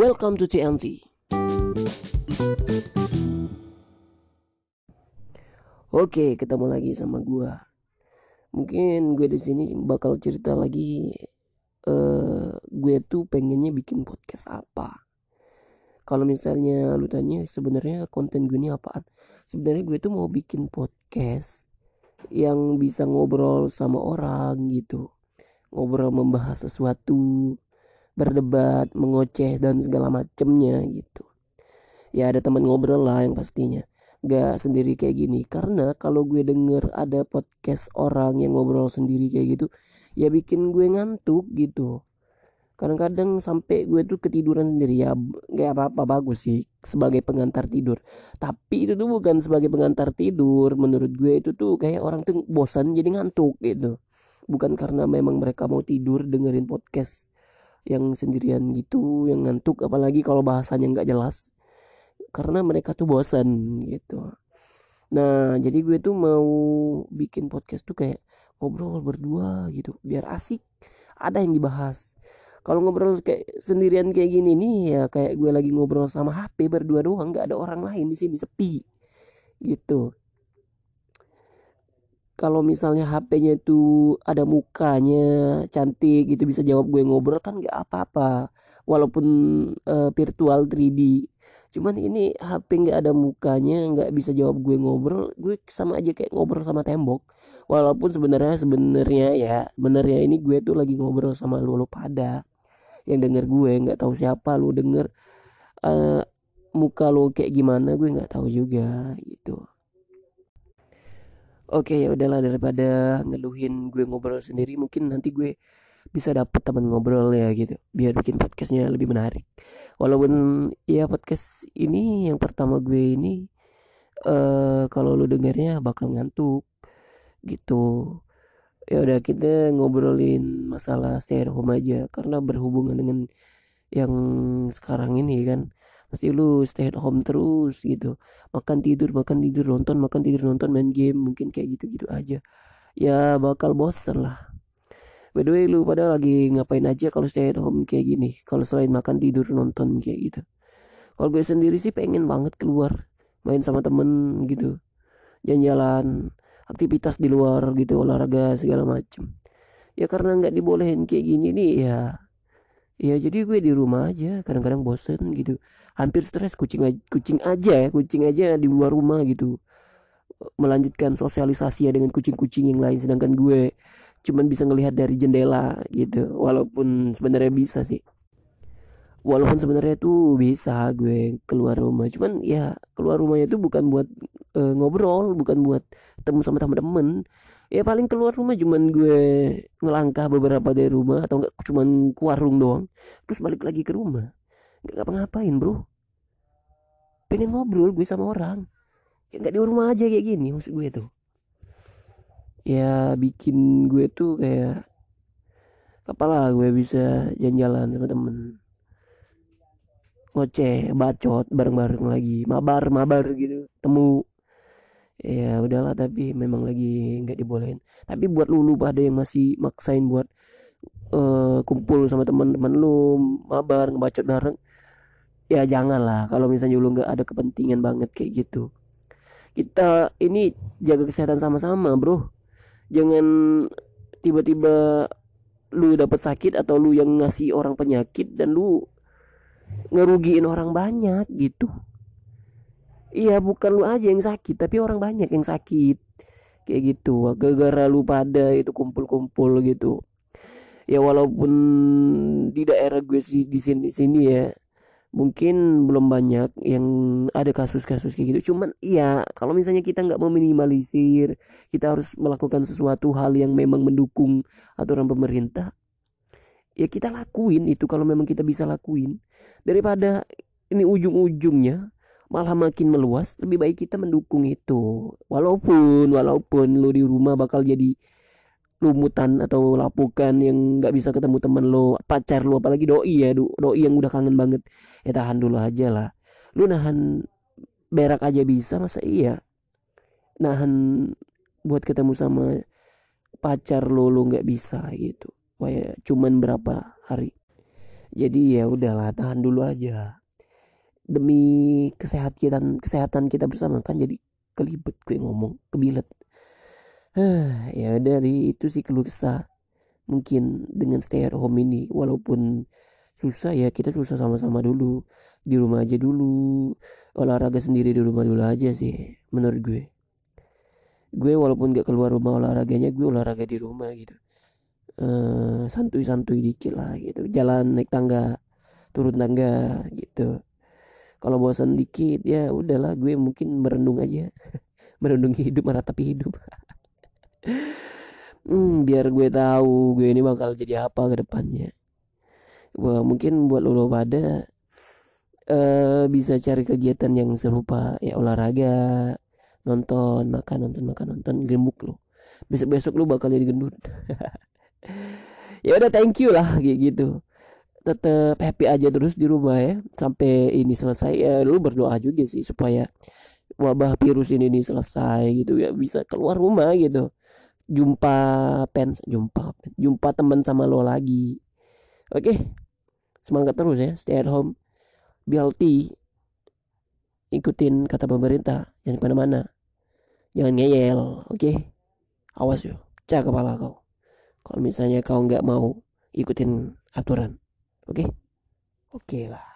Welcome to TNT. Oke, ketemu lagi sama gua. Mungkin gue di sini bakal cerita lagi. Gue tuh pengennya bikin podcast apa. Kalau misalnya lu tanya sebenarnya konten gue ini apaan? Sebenarnya gue tuh mau bikin podcast yang bisa ngobrol sama orang gitu. Ngobrol membahas sesuatu, berdebat, mengoceh dan segala macemnya gitu. Ya ada teman ngobrol lah yang pastinya, gak sendiri kayak gini. Karena kalau gue denger ada podcast orang yang ngobrol sendiri kayak gitu, ya bikin gue ngantuk gitu. Kadang-kadang sampai gue tuh ketiduran sendiri. Ya gak apa-apa, bagus sih sebagai pengantar tidur, tapi itu tuh bukan sebagai pengantar tidur. Menurut gue itu tuh kayak orang tuh bosan jadi ngantuk gitu. Bukan karena memang mereka mau tidur dengerin podcast yang sendirian gitu yang ngantuk, apalagi kalau bahasanya nggak jelas, karena mereka tuh bosan gitu. Nah, jadi gue tuh mau bikin podcast tuh kayak ngobrol berdua gitu, biar asik, ada yang dibahas. Kalau ngobrol kayak sendirian kayak gini nih, ya kayak gue lagi ngobrol sama HP berdua doang, nggak ada orang lain di sini, sepi gitu. Kalau misalnya HP-nya itu ada mukanya, cantik gitu, bisa jawab gue ngobrol kan nggak apa-apa. Walaupun virtual 3D. Cuman ini HP nggak ada mukanya, nggak bisa jawab gue ngobrol, gue sama aja kayak ngobrol sama tembok. Walaupun sebenarnya ya, sebenarnya ini gue tuh lagi ngobrol sama lu pada yang denger gue, nggak tahu siapa lu denger. eh, Muka lu kayak gimana gue nggak tahu juga gitu. Oke, ya udahlah, daripada ngeluhin gue ngobrol sendiri, mungkin nanti gue bisa dapet teman ngobrol ya gitu, biar bikin podcastnya lebih menarik. Walaupun ya podcast ini yang pertama gue ini, kalau lu dengernya bakal ngantuk gitu. Ya udah, kita ngobrolin masalah stay at home aja, karena berhubungan dengan yang sekarang ini kan, pasti lu stay at home terus gitu, makan tidur nonton, makan tidur nonton, main game, mungkin kayak gitu-gitu aja. Ya bakal bosen lah. By the way, lu pada lagi ngapain aja kalau stay at home kayak gini, kalau selain makan tidur nonton kayak gitu? Kalau gue sendiri sih pengen banget keluar, main sama temen gitu, jalan-jalan, aktivitas di luar gitu, olahraga segala macem. Ya karena nggak dibolehin kayak gini nih ya. Ya jadi gue di rumah aja, kadang-kadang bosen gitu. Hampir stres, kucing aja di luar rumah gitu. Melanjutkan sosialisasi dengan kucing-kucing yang lain, sedangkan gue cuman bisa ngelihat dari jendela gitu. Walaupun sebenarnya tuh bisa gue keluar rumah, cuman ya keluar rumahnya tuh bukan buat ngobrol, bukan buat ketemu sama teman-teman. Ya paling keluar rumah cuman gue ngelangkah beberapa dari rumah, atau enggak cuman ke warung doang, terus balik lagi ke rumah. Nggak ngapa-ngapain bro, pengen ngobrol gue sama orang. Ya nggak di rumah aja kayak gini, maksud gue tuh. Ya bikin gue tuh kayak, apalah, gue bisa jalan-jalan sama temen, ngoceh, bacot bareng-bareng lagi, mabar-mabar gitu, temu. Ya udahlah, tapi memang lagi nggak dibolehin. Tapi buat lu pada yang masih maksain buat kumpul sama teman-teman lu, mabar ngebacot bareng, ya janganlah. Kalau misalnya lu nggak ada kepentingan banget kayak gitu, kita ini jaga kesehatan sama-sama bro. Jangan tiba-tiba lu dapet sakit, atau lu yang ngasih orang penyakit dan lu ngerugiin orang banyak gitu. Iya, bukan lu aja yang sakit, tapi orang banyak yang sakit kayak gitu, gara-gara lu pada itu kumpul-kumpul gitu. Ya walaupun di daerah gue sih, di sini ya, mungkin belum banyak yang ada kasus-kasus kayak gitu. Cuman iya, kalau misalnya kita nggak meminimalisir, kita harus melakukan sesuatu hal yang memang mendukung aturan pemerintah, ya kita lakuin itu kalau memang kita bisa lakuin. Daripada ini ujung-ujungnya malah makin meluas, lebih baik kita mendukung itu. Walaupun lu di rumah bakal jadi lumutan atau lapukan yang nggak bisa ketemu temen lo, pacar lo, apalagi doi ya, doi yang udah kangen banget. Ya tahan dulu aja lah. Lu nahan berak aja bisa, masa iya nahan buat ketemu sama pacar lo nggak bisa gitu. Wah ya, cuman berapa hari. Jadi ya udahlah, tahan dulu aja demi kesehatan kita bersama kan. Jadi kelibet gue ngomong, kebilet. Ya dari itu sih keluh kesah mungkin dengan stay at home ini. Walaupun susah ya, kita susah sama-sama dulu, di rumah aja dulu, olahraga sendiri di rumah dulu aja sih menurut gue walaupun gak keluar rumah olahraganya, gue olahraga di rumah gitu. Santuy-santuy dikit lah gitu, jalan naik tangga, turun tangga gitu. Kalau bosan dikit ya udahlah, gue mungkin merendung aja, merendung hidup, meratapi hidup. Biar gue tahu gue ini bakal jadi apa ke depannya. Wah, mungkin buat lo pada bisa cari kegiatan yang serupa ya, olahraga, nonton makan nonton, gemuk lo. Besok besok lo bakal jadi gendut. Ya udah, thank you lah kayak gitu. Tetap happy aja terus di rumah ya sampai ini selesai. Ya lu berdoa juga sih supaya wabah virus ini selesai gitu ya, bisa keluar rumah gitu, jumpa jumpa teman sama lo lagi. Oke, semangat terus ya, stay at home, be healthy, ikutin kata pemerintah, jangan kemana-mana, jangan ngeyel. Oke, awas yo, pecah kepala kau kalau misalnya kau nggak mau ikutin aturan. Oke, oke lah.